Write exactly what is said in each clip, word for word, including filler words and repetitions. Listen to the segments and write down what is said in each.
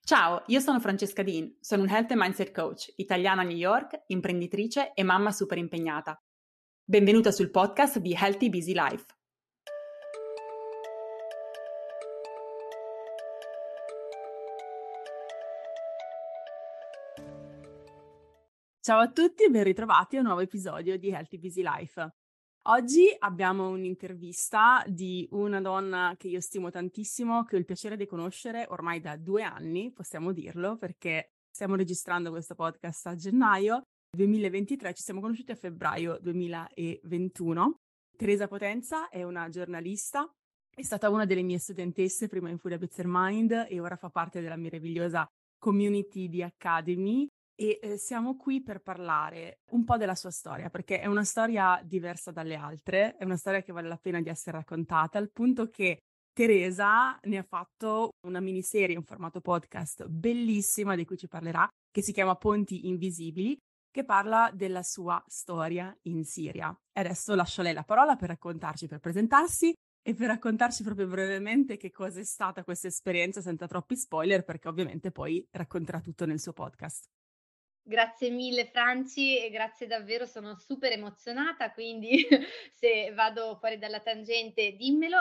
Ciao, io sono Francesca Dean, sono un Health and Mindset Coach, italiana a New York, imprenditrice e mamma super impegnata. Benvenuta sul podcast di Healthy Busy Life. Ciao a tutti e ben ritrovati a un nuovo episodio di Healthy Busy Life. Oggi abbiamo un'intervista di una donna che io stimo tantissimo, che ho il piacere di conoscere ormai da due anni, possiamo dirlo, perché stiamo registrando questo podcast a gennaio duemilaventitré, ci siamo conosciuti a febbraio duemilaventuno. Teresa Potenza è una giornalista, è stata una delle mie studentesse prima in Furia Better Mind e ora fa parte della meravigliosa community di Academy. E eh, siamo qui per parlare un po' della sua storia, perché è una storia diversa dalle altre, è una storia che vale la pena di essere raccontata, al punto che Teresa ne ha fatto una miniserie in formato podcast bellissima di cui ci parlerà, che si chiama Ponti Invisibili, che parla della sua storia in Siria. E adesso lascio a lei la parola per raccontarci, per presentarsi e per raccontarci proprio brevemente che cosa è stata questa esperienza senza troppi spoiler, perché ovviamente poi racconterà tutto nel suo podcast. Grazie mille Franci e grazie davvero, sono super emozionata, quindi se vado fuori dalla tangente dimmelo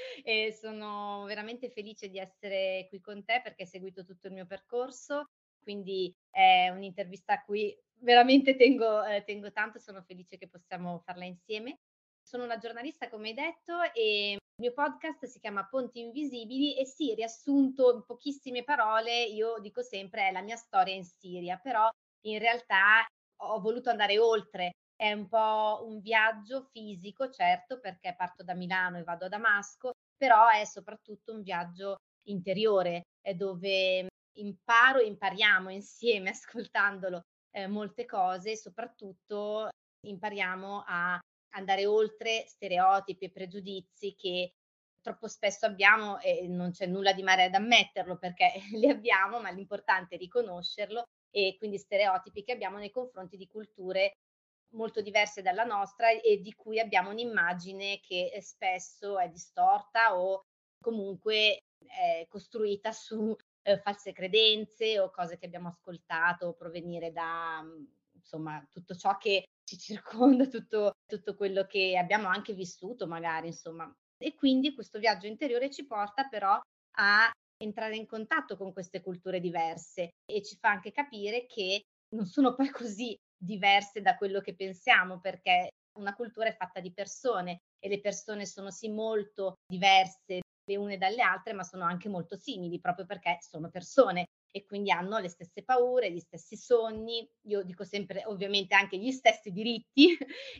e sono veramente felice di essere qui con te perché hai seguito tutto il mio percorso, quindi è un'intervista a cui veramente tengo, eh, tengo tanto, sono felice che possiamo farla insieme. Sono una giornalista, come hai detto, e il mio podcast si chiama Ponti Invisibili e sì, riassunto in pochissime parole, io dico sempre è la mia storia in Siria, però in realtà ho voluto andare oltre. È un po' un viaggio fisico, certo, perché parto da Milano e vado a Damasco, però è soprattutto un viaggio interiore, è dove imparo e impariamo insieme ascoltandolo eh, molte cose e soprattutto impariamo a andare oltre stereotipi e pregiudizi che troppo spesso abbiamo e non c'è nulla di male ad ammetterlo perché li abbiamo, ma l'importante è riconoscerlo e quindi stereotipi che abbiamo nei confronti di culture molto diverse dalla nostra e di cui abbiamo un'immagine che eh, spesso è distorta o comunque è costruita su eh, false credenze o cose che abbiamo ascoltato provenire da mh, insomma tutto ciò che ci circonda, tutto, tutto quello che abbiamo anche vissuto magari, insomma. E quindi questo viaggio interiore ci porta però a entrare in contatto con queste culture diverse e ci fa anche capire che non sono poi così diverse da quello che pensiamo, perché una cultura è fatta di persone e le persone sono sì molto diverse le une dalle altre, ma sono anche molto simili proprio perché sono persone e quindi hanno le stesse paure, gli stessi sogni, io dico sempre ovviamente anche gli stessi diritti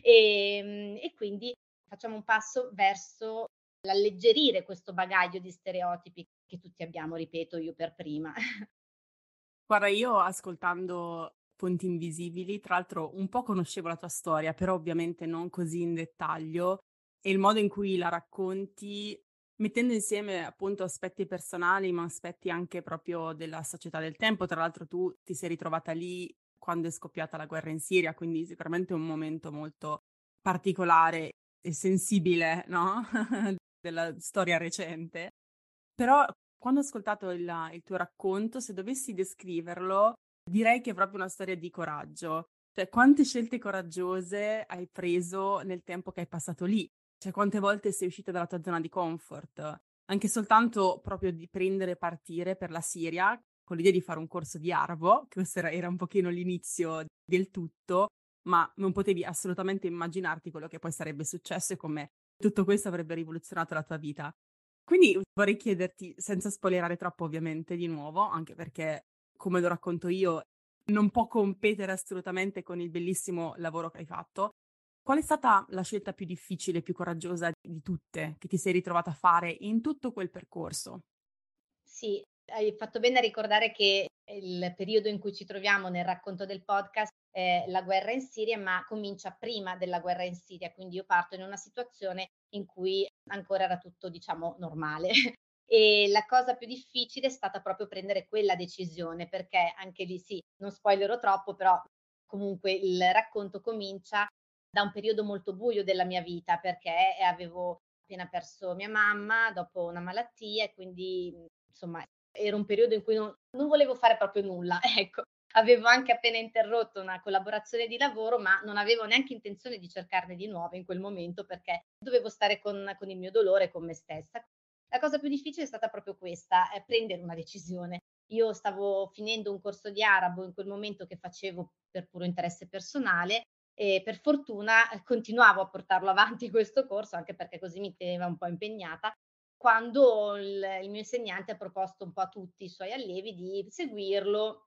e, e quindi facciamo un passo verso l'alleggerire questo bagaglio di stereotipi che tutti abbiamo, ripeto, io per prima. Guarda, io ascoltando Ponti Invisibili, tra l'altro un po' conoscevo la tua storia, però ovviamente non così in dettaglio, e il modo in cui la racconti, mettendo insieme appunto aspetti personali, ma aspetti anche proprio della società del tempo. Tra l'altro tu ti sei ritrovata lì quando è scoppiata la guerra in Siria, quindi sicuramente un momento molto particolare e sensibile, no? Della storia recente. Però quando ho ascoltato il il tuo racconto, se dovessi descriverlo, direi che è proprio una storia di coraggio. Cioè, quante scelte coraggiose hai preso nel tempo che hai passato lì? Cioè, quante volte sei uscita dalla tua zona di comfort? Anche soltanto proprio di prendere e partire per la Siria, con l'idea di fare un corso di Arvo, che questo era era un pochino l'inizio del tutto, ma non potevi assolutamente immaginarti quello che poi sarebbe successo e come tutto questo avrebbe rivoluzionato la tua vita. Quindi vorrei chiederti, senza spoilerare troppo ovviamente di nuovo, anche perché come lo racconto io non può competere assolutamente con il bellissimo lavoro che hai fatto, qual è stata la scelta più difficile, più coraggiosa di tutte che ti sei ritrovata a fare in tutto quel percorso? Sì, hai fatto bene a ricordare che il periodo in cui ci troviamo nel racconto del podcast è la guerra in Siria, ma comincia prima della guerra in Siria, quindi io parto in una situazione in cui ancora era tutto, diciamo, normale. E la cosa più difficile è stata proprio prendere quella decisione, perché anche lì sì, non spoilerò troppo, però comunque il racconto comincia da un periodo molto buio della mia vita, perché avevo appena perso mia mamma dopo una malattia e quindi insomma era un periodo in cui non, non volevo fare proprio nulla, ecco. Avevo anche appena interrotto una collaborazione di lavoro, ma non avevo neanche intenzione di cercarne di nuove in quel momento perché dovevo stare con, con il mio dolore, con me stessa. La cosa più difficile è stata proprio questa, eh, prendere una decisione. Io stavo finendo un corso di arabo in quel momento che facevo per puro interesse personale e per fortuna eh, continuavo a portarlo avanti questo corso, anche perché così mi teneva un po' impegnata, quando il, il mio insegnante ha proposto un po' a tutti i suoi allievi di seguirlo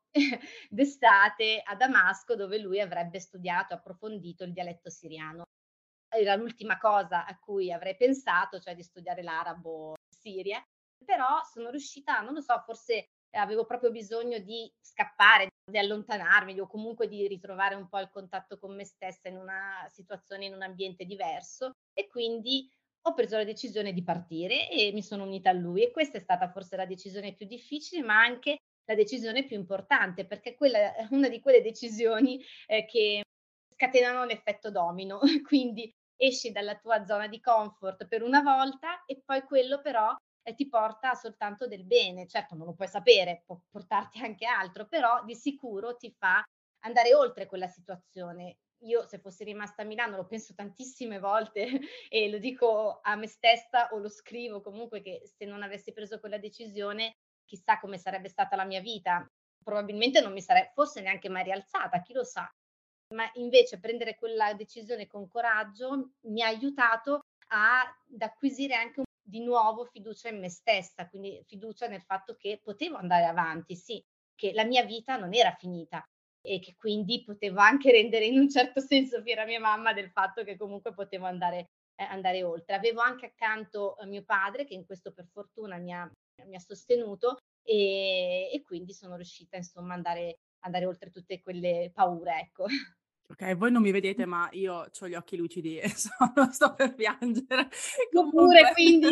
d'estate a Damasco, dove lui avrebbe studiato, approfondito il dialetto siriano. Era l'ultima cosa a cui avrei pensato, cioè di studiare l'arabo in Siria, però sono riuscita, non lo so, forse avevo proprio bisogno di scappare, di allontanarmi o comunque di ritrovare un po' il contatto con me stessa in una situazione, in un ambiente diverso e quindi ho preso la decisione di partire e mi sono unita a lui e questa è stata forse la decisione più difficile, ma anche la decisione più importante, perché quella è una di quelle decisioni eh, che scatenano l'effetto domino, quindi esci dalla tua zona di comfort per una volta e poi quello però eh, ti porta soltanto del bene. Certo non lo puoi sapere, può portarti anche altro, però di sicuro ti fa andare oltre quella situazione. Io se fossi rimasta a Milano, lo penso tantissime volte e lo dico a me stessa o lo scrivo comunque che se non avessi preso quella decisione, chissà come sarebbe stata la mia vita. Probabilmente non mi sarei forse neanche mai rialzata, chi lo sa. Ma invece prendere quella decisione con coraggio mi ha aiutato a ad acquisire anche un di nuovo fiducia in me stessa, quindi fiducia nel fatto che potevo andare avanti, sì, che la mia vita non era finita e che quindi potevo anche rendere in un certo senso fiera mia mamma del fatto che comunque potevo andare ehm, andare oltre. Avevo anche accanto, uhm, mio padre che in questo per fortuna mi ha mi ha sostenuto, ehm, e quindi sono riuscita insomma andare andare oltre tutte quelle paure, ecco. Okay, voi non mi vedete, ma io c'ho gli occhi lucidi e sono sto per piangere. Io pure Comunque quindi.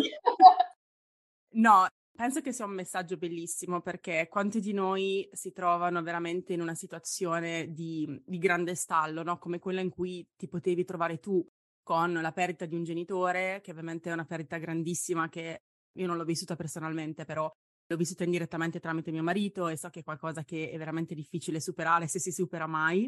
no, penso che sia un messaggio bellissimo perché quanti di noi si trovano veramente in una situazione di di grande stallo, no, come quella in cui ti potevi trovare tu con la perdita di un genitore, che ovviamente è una perdita grandissima che io non l'ho vissuta personalmente, però l'ho vissuta indirettamente tramite mio marito e so che è qualcosa che è veramente difficile superare, se si supera mai.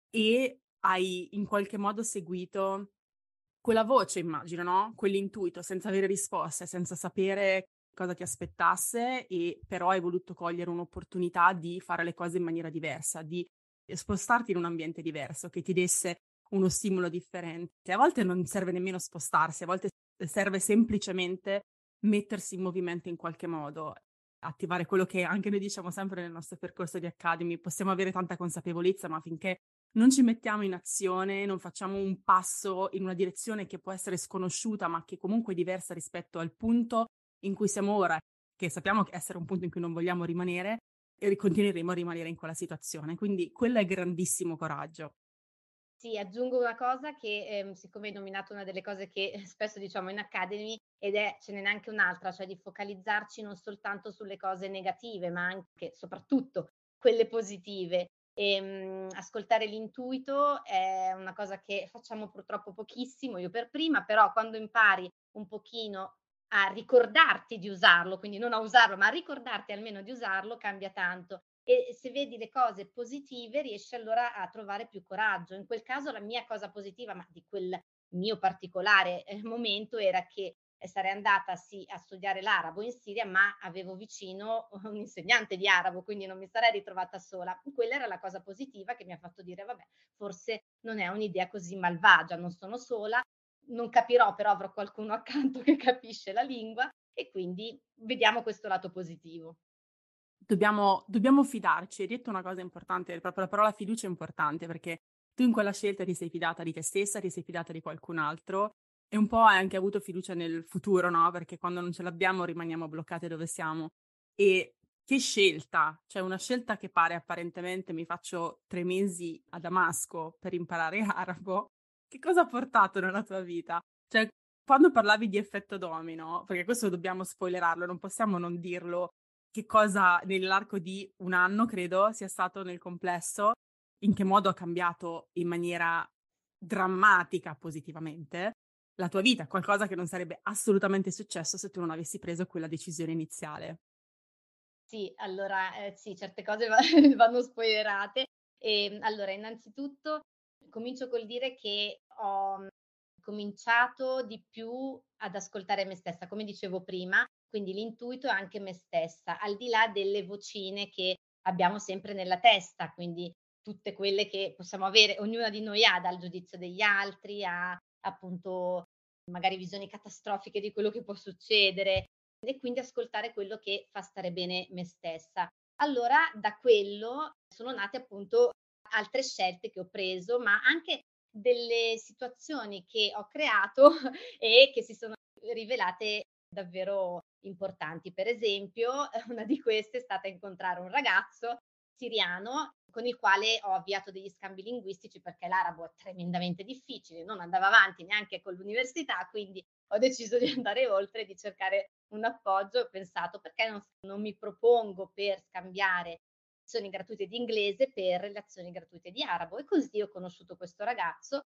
E hai in qualche modo seguito quella voce immagino, no, quell'intuito senza avere risposte, senza sapere cosa ti aspettasse e però hai voluto cogliere un'opportunità di fare le cose in maniera diversa, di spostarti in un ambiente diverso che ti desse uno stimolo differente. A volte non serve nemmeno spostarsi, a volte serve semplicemente mettersi in movimento in qualche modo, attivare quello che anche noi diciamo sempre nel nostro percorso di Academy, possiamo avere tanta consapevolezza, ma finché non ci mettiamo in azione, non facciamo un passo in una direzione che può essere sconosciuta, ma che comunque è diversa rispetto al punto in cui siamo ora, che sappiamo che essere un punto in cui non vogliamo rimanere, e continueremo a rimanere in quella situazione. Quindi quello è grandissimo coraggio. Sì, aggiungo una cosa che, ehm, siccome hai nominato una delle cose che eh, spesso diciamo in Academy ed è ce n'è neanche un'altra, cioè di focalizzarci non soltanto sulle cose negative, ma anche soprattutto quelle positive. Ehm, ascoltare l'intuito è una cosa che facciamo purtroppo pochissimo, io per prima, però quando impari un pochino a ricordarti di usarlo, quindi non a usarlo, ma a ricordarti almeno di usarlo, cambia tanto. E se vedi le cose positive riesci allora a trovare più coraggio. In quel caso la mia cosa positiva, ma di quel mio particolare, ehm, momento era che, ehm, sarei andata sì a studiare l'arabo in Siria, ma avevo vicino un insegnante di arabo, quindi non mi sarei ritrovata sola. Quella era la cosa positiva che mi ha fatto dire: "Vabbè, forse non è un'idea così malvagia, non sono sola, non capirò, però avrò qualcuno accanto che capisce la lingua e quindi vediamo questo lato positivo." Dobbiamo dobbiamo fidarci. Hai detto una cosa importante, proprio la parola fiducia è importante, perché tu in quella scelta ti sei fidata di te stessa, ti sei fidata di qualcun altro e un po' hai anche avuto fiducia nel futuro, no, perché quando non ce l'abbiamo rimaniamo bloccate dove siamo. E che scelta! Cioè una scelta che pare apparentemente mi faccio tre mesi a Damasco per imparare arabo, che cosa ha portato nella tua vita? Cioè, quando parlavi di effetto domino, perché questo dobbiamo spoilerarlo, non possiamo non dirlo, che cosa nell'arco di un anno, credo, sia stato nel complesso, in che modo ha cambiato in maniera drammatica positivamente la tua vita, qualcosa che non sarebbe assolutamente successo se tu non avessi preso quella decisione iniziale. Sì, allora, ehm, sì, certe cose va vanno spoilerate. Ehm, allora, innanzitutto comincio col dire che ho, mhmm, cominciato di più ad ascoltare me stessa, come dicevo prima, quindi l'intuito e anche me stessa, al di là delle vocine che abbiamo sempre nella testa, quindi tutte quelle che possiamo avere ognuna di noi ha, dal giudizio degli altri a, appunto, magari visioni catastrofiche di quello che può succedere e quindi ascoltare quello che fa stare bene me stessa. Allora da quello sono nate appunto altre scelte che ho preso, ma anche delle situazioni che ho creato e che si sono rivelate davvero importanti. Per esempio, una di queste è stata incontrare un ragazzo siriano con il quale ho avviato degli scambi linguistici perché l'arabo è tremendamente difficile, non andava avanti neanche con l'università, quindi ho deciso di andare oltre e di cercare un appoggio. Ho pensato: perché non, non mi propongo per scambiare lezioni gratuite di inglese per lezioni gratuite di arabo? E così ho conosciuto questo ragazzo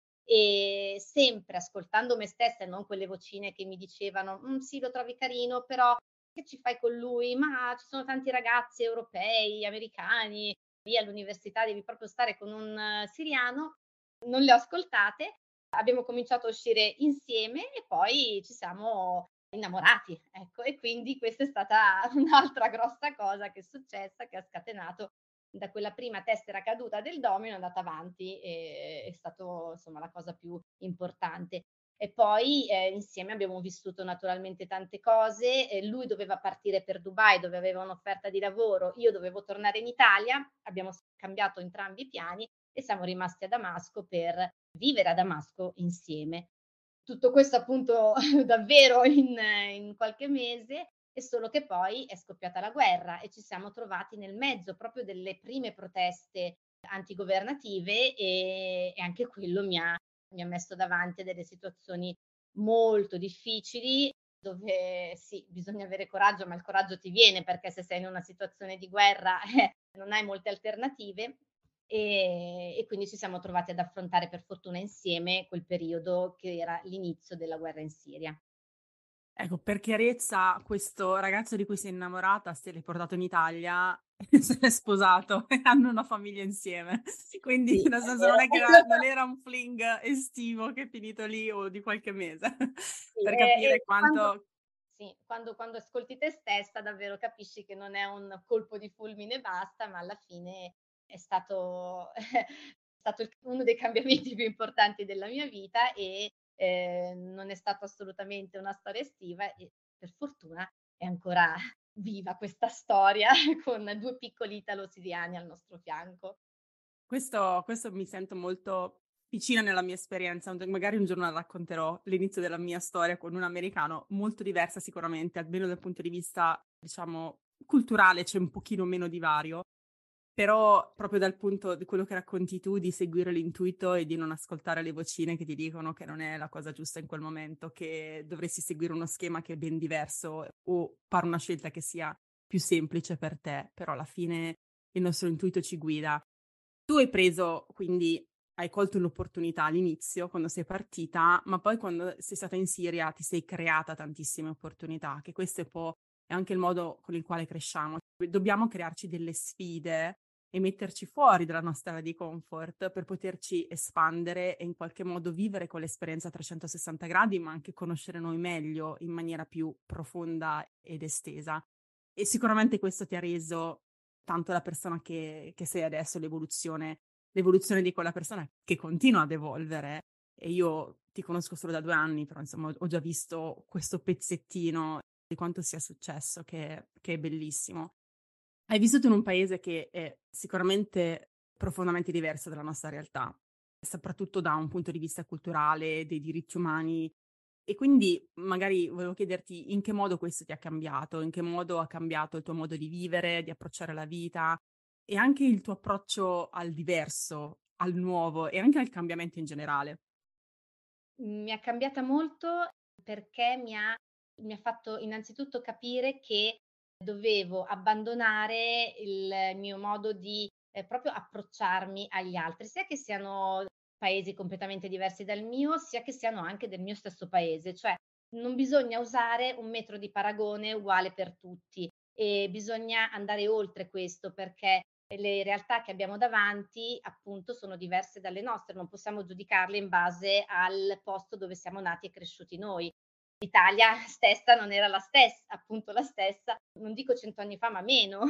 e sempre ascoltando me stessa e non quelle vocine che mi dicevano: "Mhmm, sì, lo trovi carino, però che ci fai con lui? Ma ci sono tanti ragazzi europei, americani, lì all'università devi proprio stare con un eh, siriano." Non le ho ascoltate, abbiamo cominciato a uscire insieme e poi ci siamo innamorati, ecco. E quindi questa è stata un'altra grossa cosa che è successa, che ha scatenato da quella prima tessera caduta del domino, è andata avanti, e è stato insomma la cosa più importante. E poi, ehm, insieme abbiamo vissuto naturalmente tante cose. Ehm, lui doveva partire per Dubai, dove aveva un'offerta di lavoro, io dovevo tornare in Italia, abbiamo scambiato entrambi i piani e siamo rimasti a Damasco per vivere a Damasco insieme. Tutto questo appunto davvero in in qualche mese, e solo che poi è scoppiata la guerra e ci siamo trovati nel mezzo proprio delle prime proteste antigovernative, e e anche quello mi ha mi ha messo davanti a delle situazioni molto difficili, dove sì, bisogna avere coraggio, ma il coraggio ti viene perché se sei in una situazione di guerra, eh, non hai molte alternative. Ehm, e quindi ci siamo trovati ad affrontare per fortuna insieme quel periodo che era l'inizio della guerra in Siria. Ecco, per chiarezza, questo ragazzo di cui sei innamorata si è riportato in Italia, se n'è sposato e hanno una famiglia insieme. Quindi, Sì, nel è senso, non vero. è che era non era un fling estivo che è finito lì o di qualche mese, Sì, per e capire e quando quanto. sì, quando quando ascolti te stessa davvero capisci che non è un colpo di fulmine e basta, ma alla fine è stato è stato il uno dei cambiamenti più importanti della mia vita, e, ehm, non è stato assolutamente una storia estiva, e per fortuna è ancora viva questa storia con due piccoli italo-siriani al nostro fianco. Questo questo mi sento molto vicina nella mia esperienza, un magari un giorno racconterò l'inizio della mia storia con un americano, molto diversa sicuramente, almeno dal punto di vista, diciamo, culturale c'è un pochino meno divario, però proprio dal punto di quello che racconti tu, di seguire l'intuito e di non ascoltare le vocine che ti dicono che non è la cosa giusta in quel momento, che dovresti seguire uno schema che è ben diverso o fare una scelta che sia più semplice per te, però alla fine il nostro intuito ci guida. Tu hai preso quindi hai colto l'opportunità all'inizio, quando sei partita, ma poi quando sei stata in Siria ti sei creata tantissime opportunità, che questo è un po' è anche il modo con il quale cresciamo. Dobbiamo crearci delle sfide e metterci fuori dalla nostra area di comfort per poterci espandere e in qualche modo vivere quell'esperienza a trecentosessanta gradi, ma anche conoscere noi meglio in maniera più profonda ed estesa. E sicuramente questo ti ha reso tanto la persona che che sei adesso, l'evoluzione l'evoluzione di quella persona che continua ad evolvere. E io ti conosco solo da due anni, però insomma ho ho già visto questo pezzettino di quanto sia successo, che che è bellissimo. Hai vissuto in un paese che è sicuramente profondamente diverso dalla nostra realtà, soprattutto da un punto di vista culturale, dei diritti umani, e quindi magari volevo chiederti in che modo questo ti ha cambiato, in che modo ha cambiato il tuo modo di vivere, di approcciare la vita e anche il tuo approccio al diverso, al nuovo e anche al cambiamento in generale. Mi ha cambiata molto perché mi ha mi ha fatto innanzitutto capire che dovevo abbandonare il mio modo di, ehm, proprio approcciarmi agli altri, sia che siano paesi completamente diversi dal mio, sia che siano anche del mio stesso paese. Cioè, non bisogna usare un metro di paragone uguale per tutti, e bisogna andare oltre questo perché le realtà che abbiamo davanti appunto sono diverse dalle nostre, non possiamo giudicarle in base al posto dove siamo nati e cresciuti noi. L'Italia stessa non era la stessa, appunto la stessa, non dico cento anni fa, ma meno,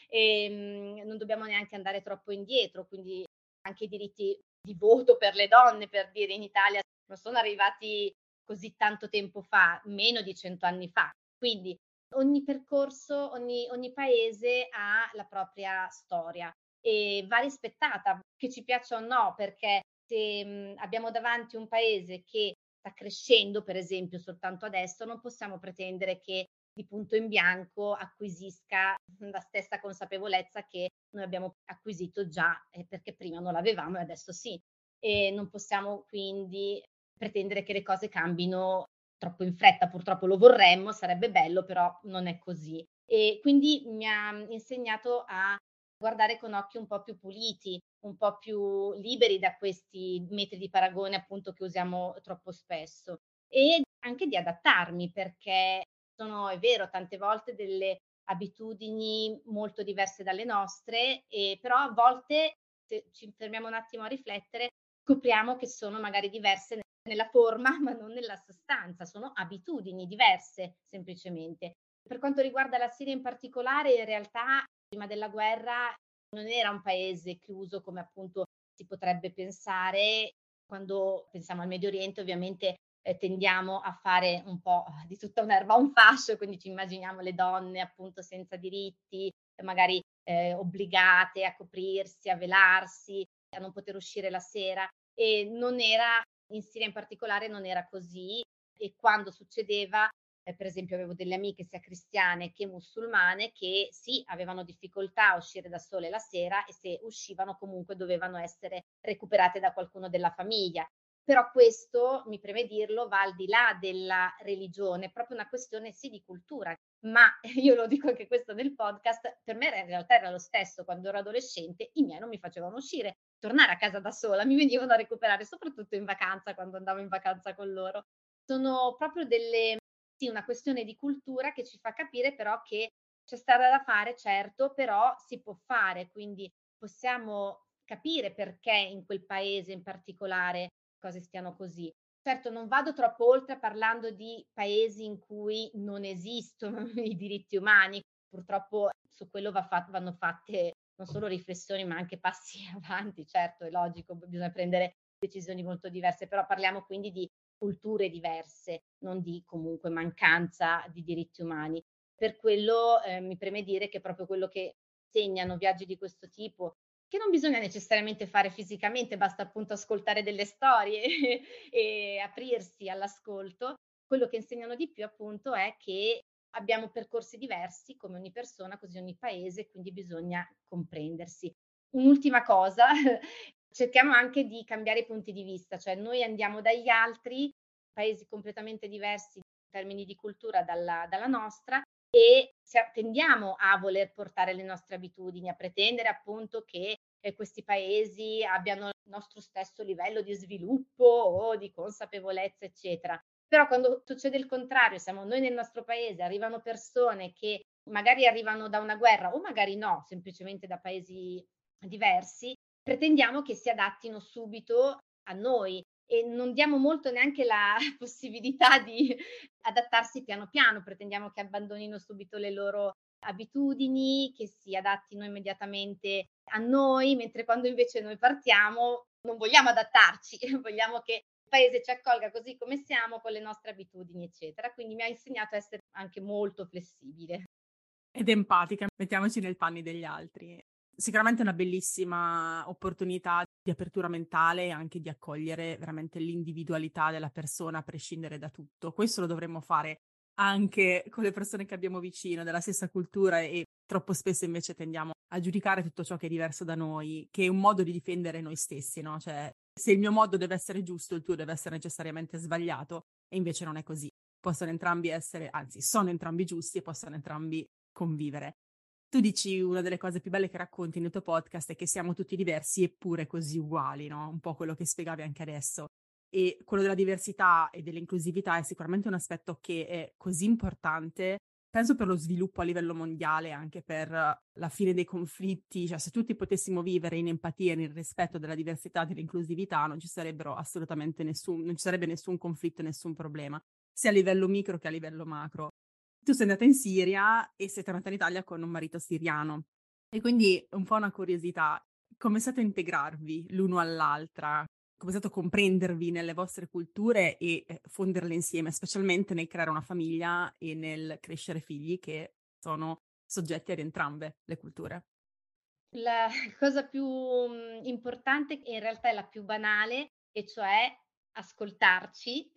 e mh, non dobbiamo neanche andare troppo indietro, quindi anche i diritti di voto per le donne, per dire, in Italia non sono arrivati così tanto tempo fa, meno di cento anni fa. Quindi ogni percorso, ogni, ogni paese ha la propria storia e va rispettata, che ci piaccia o no, perché se mh, abbiamo davanti un paese che sta crescendo, per esempio, soltanto adesso, non possiamo pretendere che di punto in bianco acquisisca la stessa consapevolezza che noi abbiamo acquisito già, eh, perché prima non l'avevamo e adesso sì. E non possiamo quindi pretendere che le cose cambino troppo in fretta, purtroppo lo vorremmo, sarebbe bello, però non è così. E quindi mi ha insegnato a guardare con occhi un po' più puliti, un po' più liberi da questi metri di paragone appunto che usiamo troppo spesso e anche di adattarmi perché sono, è vero, tante volte delle abitudini molto diverse dalle nostre, e però a volte se ci fermiamo un attimo a riflettere scopriamo che sono magari diverse nella forma ma non nella sostanza, sono abitudini diverse semplicemente. Per quanto riguarda la Siria in particolare, in realtà prima della guerra non era un paese chiuso come appunto si potrebbe pensare. Quando pensiamo al Medio Oriente ovviamente eh, tendiamo a fare un po' di tutta un'erba un fascio, quindi ci immaginiamo le donne appunto senza diritti, magari eh, obbligate a coprirsi, a velarsi, a non poter uscire la sera e non era, in Siria in particolare non era così e quando succedeva eh, per esempio avevo delle amiche sia cristiane che musulmane che sì, avevano difficoltà a uscire da sole la sera e se uscivano comunque dovevano essere recuperate da qualcuno della famiglia. Però questo, mi preme dirlo, va al di là della religione, è proprio una questione sì di cultura. Ma io lo dico anche questo nel podcast, per me in realtà era lo stesso quando ero adolescente, i miei non mi facevano uscire, tornare a casa da sola, mi venivano a recuperare, soprattutto in vacanza, quando andavo in vacanza con loro. Sono proprio delle sì, una questione di cultura che ci fa capire però che c'è strada da fare, certo, però si può fare, quindi possiamo capire perché in quel paese in particolare cose stiano così. Certo, non vado troppo oltre parlando di paesi in cui non esistono i diritti umani, purtroppo su quello va fat- vanno fatte non solo riflessioni ma anche passi avanti, certo, è logico, bisogna prendere decisioni molto diverse, però parliamo quindi di culture diverse, non di comunque mancanza di diritti umani. Per quello eh, mi preme dire che proprio quello che segnano viaggi di questo tipo, che non bisogna necessariamente fare fisicamente, basta appunto ascoltare delle storie e aprirsi all'ascolto, quello che insegnano di più appunto è che abbiamo percorsi diversi come ogni persona, così ogni paese, quindi bisogna comprendersi. Un'ultima cosa, cerchiamo anche di cambiare i punti di vista, cioè noi andiamo dagli altri, paesi completamente diversi in termini di cultura dalla, dalla nostra, e tendiamo a voler portare le nostre abitudini, a pretendere appunto che eh, questi paesi abbiano il nostro stesso livello di sviluppo o di consapevolezza, eccetera. Però quando succede il contrario, siamo noi nel nostro paese, arrivano persone che magari arrivano da una guerra o magari no, semplicemente da paesi diversi, pretendiamo che si adattino subito a noi e non diamo molto neanche la possibilità di adattarsi piano piano, pretendiamo che abbandonino subito le loro abitudini, che si adattino immediatamente a noi, mentre quando invece noi partiamo non vogliamo adattarci, vogliamo che il paese ci accolga così come siamo, con le nostre abitudini, eccetera. Quindi mi ha insegnato a essere anche molto flessibile. Ed empatica, mettiamoci nei panni degli altri. Sicuramente è una bellissima opportunità di apertura mentale e anche di accogliere veramente l'individualità della persona a prescindere da tutto. Questo lo dovremmo fare anche con le persone che abbiamo vicino, della stessa cultura, e troppo spesso invece tendiamo a giudicare tutto ciò che è diverso da noi, che è un modo di difendere noi stessi, no? Cioè, se il mio modo deve essere giusto, il tuo deve essere necessariamente sbagliato, e invece non è così. Possono entrambi essere, anzi, sono entrambi giusti e possono entrambi convivere. Tu dici una delle cose più belle che racconti nel tuo podcast è che siamo tutti diversi eppure così uguali, no? Un po' quello che spiegavi anche adesso. E quello della diversità e dell'inclusività è sicuramente un aspetto che è così importante penso per lo sviluppo a livello mondiale, anche per la fine dei conflitti, cioè se tutti potessimo vivere in empatia e nel rispetto della diversità e dell'inclusività non ci sarebbero assolutamente nessun, non ci sarebbe nessun conflitto, nessun problema, sia a livello micro che a livello macro. Tu sei andata in Siria e sei tornata in Italia con un marito siriano e quindi un po' una curiosità, come è stato integrarvi l'uno all'altra? Come è stato comprendervi nelle vostre culture e eh, fonderle insieme, specialmente nel creare una famiglia e nel crescere figli che sono soggetti ad entrambe le culture? La cosa più, mhmm, importante e in realtà è la più banale, e cioè ascoltarci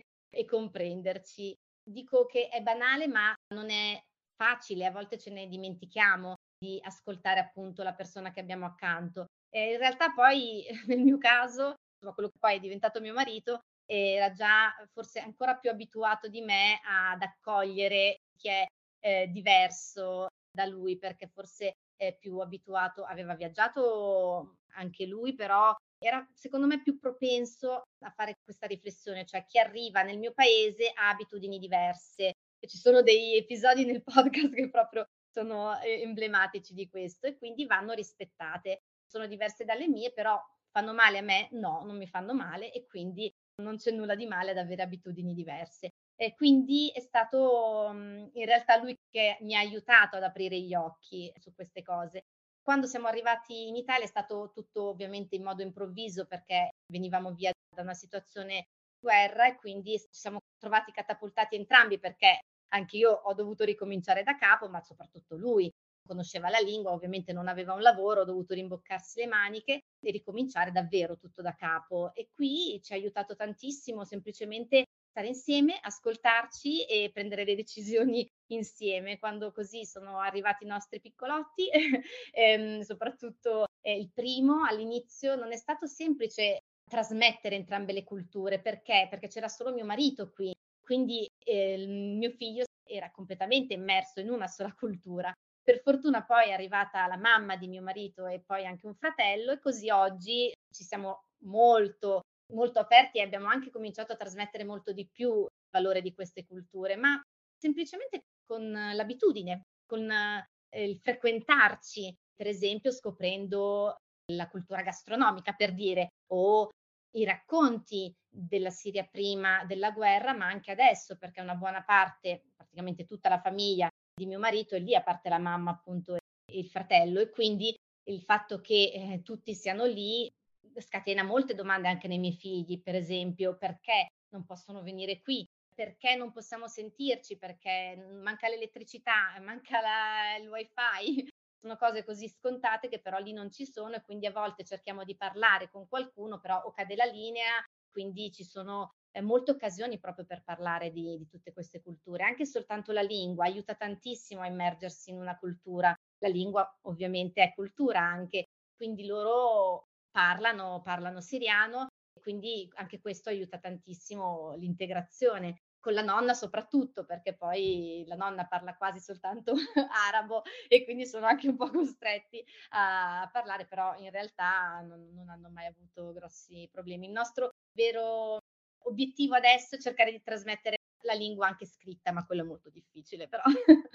e comprenderci. Dico che è banale, ma non è facile, a volte ce ne dimentichiamo di ascoltare appunto la persona che abbiamo accanto. E in realtà poi nel mio caso, insomma quello che poi è diventato mio marito, era già forse ancora più abituato di me ad accogliere chi è, ehm, diverso da lui, perché forse è più abituato, aveva viaggiato anche lui, però era secondo me più propenso a fare questa riflessione, cioè chi arriva nel mio paese ha abitudini diverse. E ci sono degli episodi nel podcast che proprio sono e emblematici di questo e quindi vanno rispettate. Sono diverse dalle mie, però fanno male a me? No, non mi fanno male e quindi non c'è nulla di male ad avere abitudini diverse. E quindi è stato, mhmm, in realtà lui che mi ha aiutato ad aprire gli occhi su queste cose. Quando siamo arrivati in Italia è stato tutto ovviamente in modo improvviso, perché venivamo via da una situazione di guerra e quindi ci siamo trovati catapultati entrambi, perché anche io ho dovuto ricominciare da capo, ma soprattutto lui. Conosceva la lingua, ovviamente non aveva un lavoro, ha dovuto rimboccarsi le maniche e ricominciare davvero tutto da capo. E qui ci ha aiutato tantissimo semplicemente stare insieme, ascoltarci e prendere le decisioni insieme. Quando così sono arrivati i nostri piccolotti, ehm, soprattutto eh, il primo all'inizio non è stato semplice trasmettere entrambe le culture. Perché? Perché c'era solo mio marito qui, quindi eh, il mio figlio era completamente immerso in una sola cultura. Per fortuna poi è arrivata la mamma di mio marito e poi anche un fratello e così oggi ci siamo molto molto aperti e abbiamo anche cominciato a trasmettere molto di più il valore di queste culture, ma semplicemente con l'abitudine, con eh, il frequentarci, per esempio scoprendo la cultura gastronomica, per dire, o i racconti della Siria prima della guerra, ma anche adesso, perché una buona parte, praticamente tutta la famiglia di mio marito è lì, a parte la mamma appunto e il fratello, e quindi il fatto che eh, tutti siano lì scatena molte domande anche nei miei figli, per esempio, perché non possono venire qui? Perché non possiamo sentirci? Perché manca l'elettricità, manca la, il wifi. Sono cose così scontate che però lì non ci sono e quindi a volte cerchiamo di parlare con qualcuno, però o cade la linea, quindi ci sono eh, molte occasioni proprio per parlare di, di tutte queste culture. Anche soltanto la lingua aiuta tantissimo a immergersi in una cultura. La lingua ovviamente è cultura anche, quindi loro parlano, parlano siriano e quindi anche questo aiuta tantissimo l'integrazione. Con la nonna soprattutto, perché poi la nonna parla quasi soltanto arabo e quindi sono anche un po' costretti a parlare, però in realtà non, non hanno mai avuto grossi problemi. Il nostro vero obiettivo adesso è cercare di trasmettere la lingua anche scritta, ma quello è molto difficile però.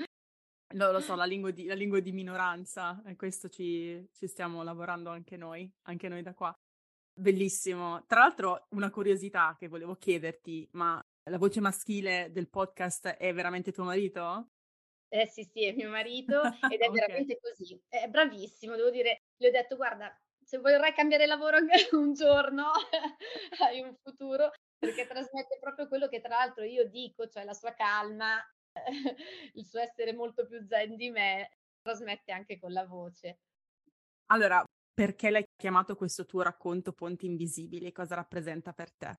Lo, lo so, la lingua di, la lingua di minoranza, e questo ci, ci stiamo lavorando anche noi, anche noi da qua. Bellissimo. Tra l'altro, una curiosità che volevo chiederti, ma la voce maschile del podcast è veramente tuo marito? Eh sì, sì, è mio marito ed è Ok. veramente così. È bravissimo, devo dire, gli ho detto: "Guarda, se vorrai cambiare lavoro anche un giorno, hai un futuro", perché trasmette proprio quello che tra l'altro io dico, cioè la sua calma, il suo essere molto più zen di me, trasmette anche con la voce. Allora, perché l'hai chiamato questo tuo racconto Ponti Invisibili? Cosa rappresenta per te?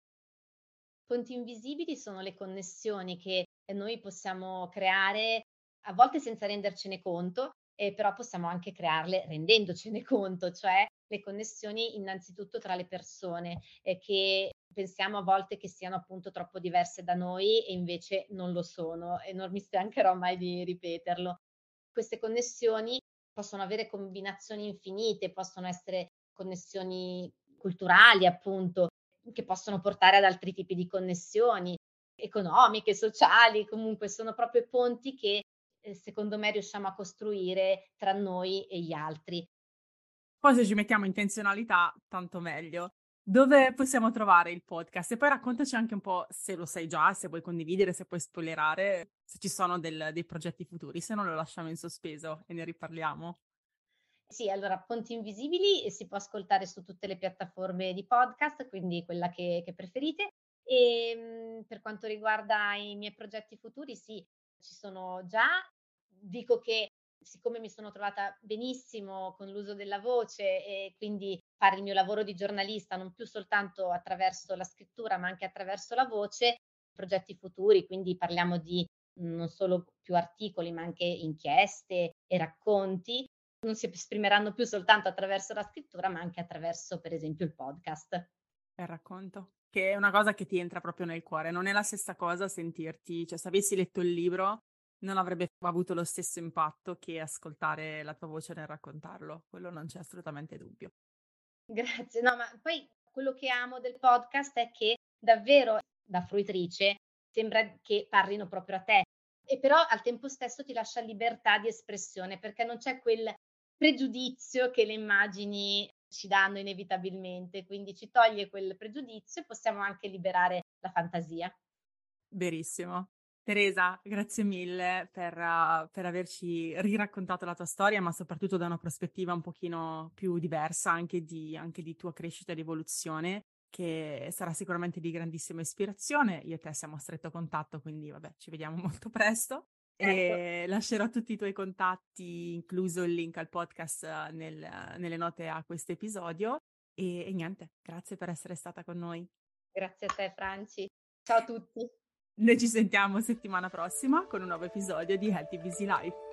Ponti invisibili sono le connessioni che noi possiamo creare, a volte senza rendercene conto, ehm, però possiamo anche crearle rendendocene conto, cioè le connessioni innanzitutto tra le persone, ehm, che pensiamo a volte che siano appunto troppo diverse da noi e invece non lo sono e non mi stancherò mai di ripeterlo. Queste connessioni possono avere combinazioni infinite, possono essere connessioni culturali appunto, che possono portare ad altri tipi di connessioni, economiche, sociali, comunque sono proprio ponti che eh, secondo me riusciamo a costruire tra noi e gli altri. Poi se ci mettiamo intenzionalità, tanto meglio. Dove possiamo trovare il podcast? E poi raccontaci anche un po', se lo sai già, se vuoi condividere, se puoi spoilerare, se ci sono del- dei progetti futuri, se no lo lasciamo in sospeso e ne riparliamo. Sì, allora Ponti Invisibili si può ascoltare su tutte le piattaforme di podcast, quindi quella che, che preferite. E mh, per quanto riguarda i miei progetti futuri, sì, ci sono già. Dico che siccome mi sono trovata benissimo con l'uso della voce e quindi fare il mio lavoro di giornalista non più soltanto attraverso la scrittura, ma anche attraverso la voce, progetti futuri, quindi parliamo di mh, non solo più articoli, ma anche inchieste e racconti non si esprimeranno più soltanto attraverso la scrittura, ma anche attraverso, per esempio, il podcast. Il racconto, che è una cosa che ti entra proprio nel cuore. Non è la stessa cosa sentirti, cioè se avessi letto il libro non avrebbe avuto lo stesso impatto che ascoltare la tua voce nel raccontarlo, quello non c'è assolutamente dubbio. Grazie. No, ma poi quello che amo del podcast è che davvero da fruitrice sembra che parlino proprio a te, e però al tempo stesso ti lascia libertà di espressione, perché non c'è quel pregiudizio che le immagini ci danno inevitabilmente, quindi ci toglie quel pregiudizio e possiamo anche liberare la fantasia. Verissimo. Teresa, grazie mille per, uh, per averci riraccontato la tua storia, ma soprattutto da una prospettiva un pochino più diversa anche di, anche di tua crescita ed evoluzione, che sarà sicuramente di grandissima ispirazione. Io e te siamo a stretto contatto, quindi vabbè, ci vediamo molto presto. Certo. E lascerò tutti i tuoi contatti, incluso il link al podcast, uh, nel, uh, nelle note a questo episodio. E, e niente, grazie per essere stata con noi. Grazie a te, Franci. Ciao a tutti. Noi ci sentiamo settimana prossima con un nuovo episodio di Healthy Busy Life.